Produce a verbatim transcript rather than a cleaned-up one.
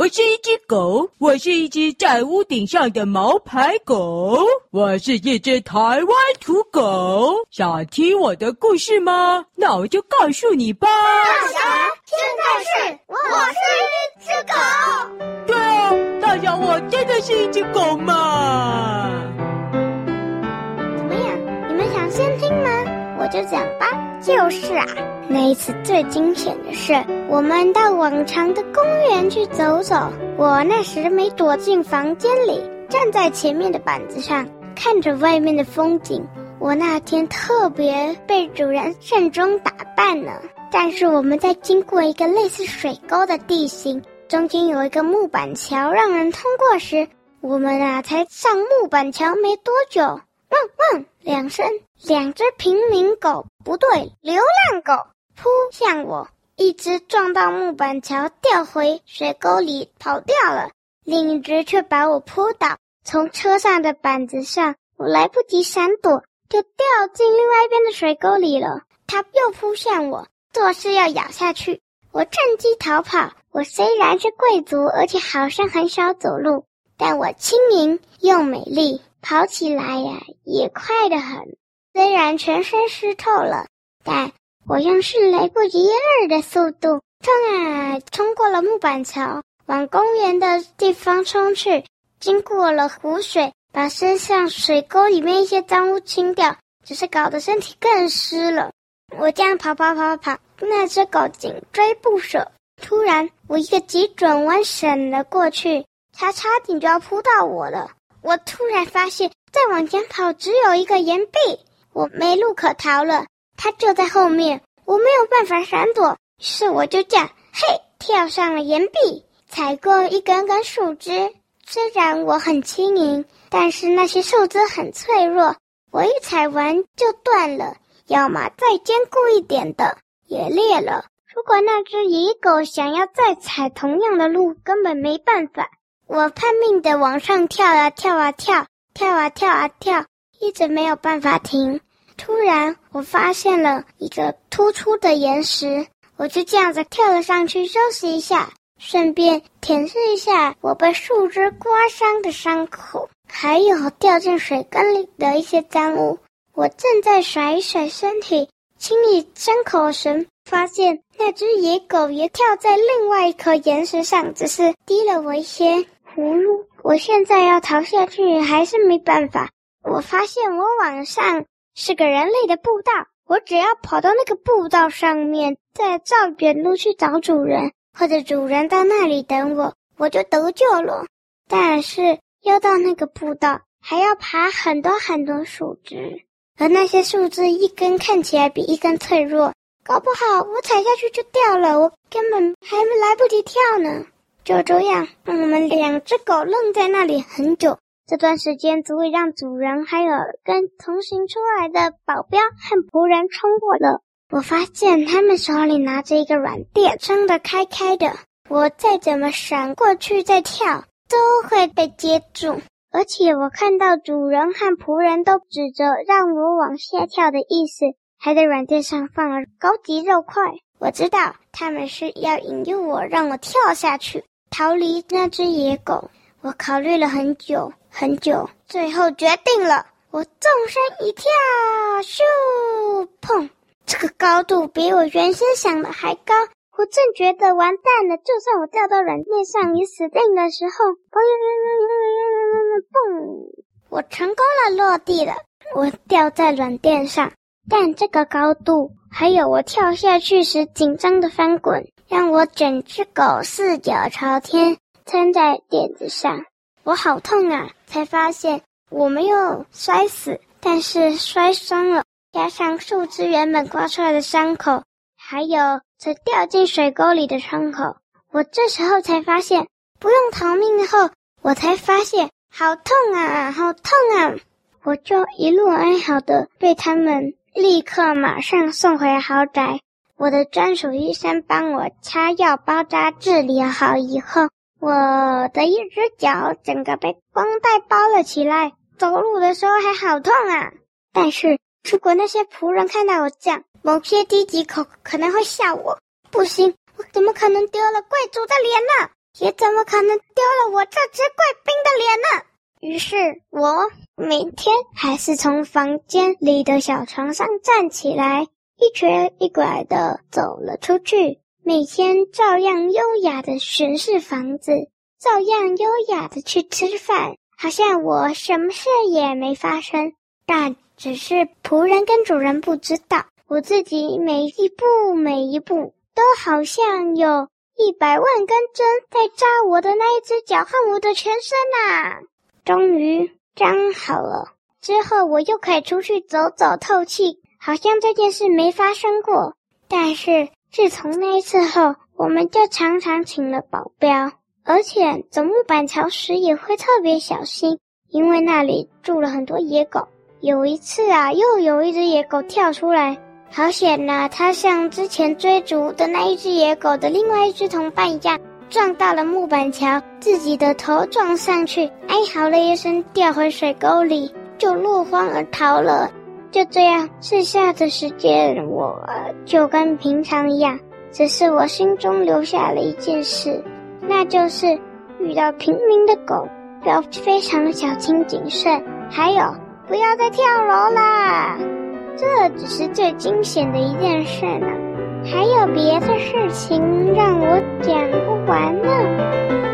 我是一只狗，我是一只在屋顶上的毛牌狗，我是一只台湾土狗。想听我的故事吗？那我就告诉你吧。 大侠，现在是我是一只狗。 对啊，大侠，我真的是一只狗嘛。 怎么样？你们想先听吗？我就讲吧。就是啊，那一次最惊险的是，我们到往常的公园去走走。我那时没躲进房间里，站在前面的板子上，看着外面的风景。我那天特别被主人慎重打扮呢。但是我们在经过一个类似水沟的地形，中间有一个木板桥让人通过时，我们啊才上木板桥没多久，汪汪两声，两只平民狗，不对，流浪狗扑向我，一只撞到木板桥掉回水沟里跑掉了，另一只却把我扑倒，从车上的板子上，我来不及闪躲，就掉进另外一边的水沟里了。它又扑向我，做事要咬下去，我趁机逃跑。我虽然是贵族，而且好像很少走路，但我轻盈又美丽，跑起来呀也快得很。虽然全身湿透了，但我用是来不及二的速度冲啊冲过了木板桥，往公园的地方冲去，经过了湖水，把身上水沟里面一些脏污清掉，只是搞得身体更湿了。我这样跑跑跑跑，那只狗紧追不舍。突然我一个急转弯闪了过去，它差点就要扑到我了。我突然发现再往前跑只有一个岩壁，我没路可逃了，它就在后面，我没有办法闪躲，于是我就这样嘿跳上了岩壁，踩过一根根树枝。虽然我很轻盈，但是那些树枝很脆弱，我一踩完就断了，要么再坚固一点的也裂了。如果那只野狗想要再踩同样的路，根本没办法。我拼命地往上跳啊跳啊跳，跳啊跳啊跳，一直没有办法停。突然我发现了一个突出的岩石，我就这样子跳了上去休息一下，顺便舔舐一下我被树枝刮伤的伤口，还有掉进水缸里的一些脏物。我正在甩一甩身体清理伤口时，发现那只野狗也跳在另外一颗岩石上，只是滴了我一些葫芦。我现在要逃下去还是没办法。我发现我往上是个人类的步道，我只要跑到那个步道上面，再照原路去找主人，或者主人到那里等我，我就得救了。但是要到那个步道还要爬很多很多树枝，而那些树枝一根看起来比一根脆弱，搞不好我踩下去就掉了，我根本还没来不及跳呢。就这样，我们两只狗愣在那里很久，这段时间足以让主人还有跟同行出来的保镖和仆人冲过了。我发现他们手里拿着一个软垫，撑得开开的，我再怎么闪过去再跳都会被接住。而且我看到主人和仆人都指着让我往下跳的意思，还在软垫上放了高级肉块。我知道他们是要引诱我，让我跳下去逃离那只野狗。我考虑了很久很久，最后决定了，我纵身一跳，咻砰，这个高度比我原先想的还高。我正觉得完蛋了，就算我掉到软垫上也死定的时候，嘣，我成功了，落地了。我掉在软垫上，但这个高度还有我跳下去时紧张的翻滚，让我整只狗四脚朝天撑在垫子上。我好痛啊，才发现我没有摔死，但是摔伤了，加上树枝原本刮出来的伤口，还有这掉进水沟里的伤口，我这时候才发现不用逃命后，我才发现好痛啊好痛啊。我就一路哀嚎的被他们立刻马上送回豪宅。我的专属医生帮我擦药包扎治理好以后，我的一只脚整个被绷带包了起来，走路的时候还好痛啊。但是如果那些仆人看到我这样，某些低级口可能会笑我，不行，我怎么可能丢了贵族的脸呢？ 也怎么可能丢了我这只贵宾的脸呢？于是我每天还是从房间里的小床上站起来，一瘸一拐地走了出去，每天照样优雅地巡视房子，照样优雅地去吃饭，好像我什么事也没发生。但只是仆人跟主人不知道，我自己每一步每一步都好像有一百万根针在扎我的那一只脚和我的全身啊！终于粘好了之后，我又可以出去走走透气，好像这件事没发生过。但是自从那一次后，我们就常常请了保镖，而且走木板桥时也会特别小心，因为那里住了很多野狗。有一次啊，又有一只野狗跳出来，好险啊，它像之前追逐的那一只野狗的另外一只同伴一样，撞到了木板桥，自己的头撞上去，哀嚎了一声，掉回水沟里，就落荒而逃了。就这样，剩下的时间我、呃、就跟平常一样，只是我心中留下了一件事，那就是遇到平民的狗要非常的小心谨慎，还有不要再跳楼啦。这只是最惊险的一件事呢，还有别的事情让我讲不完呢。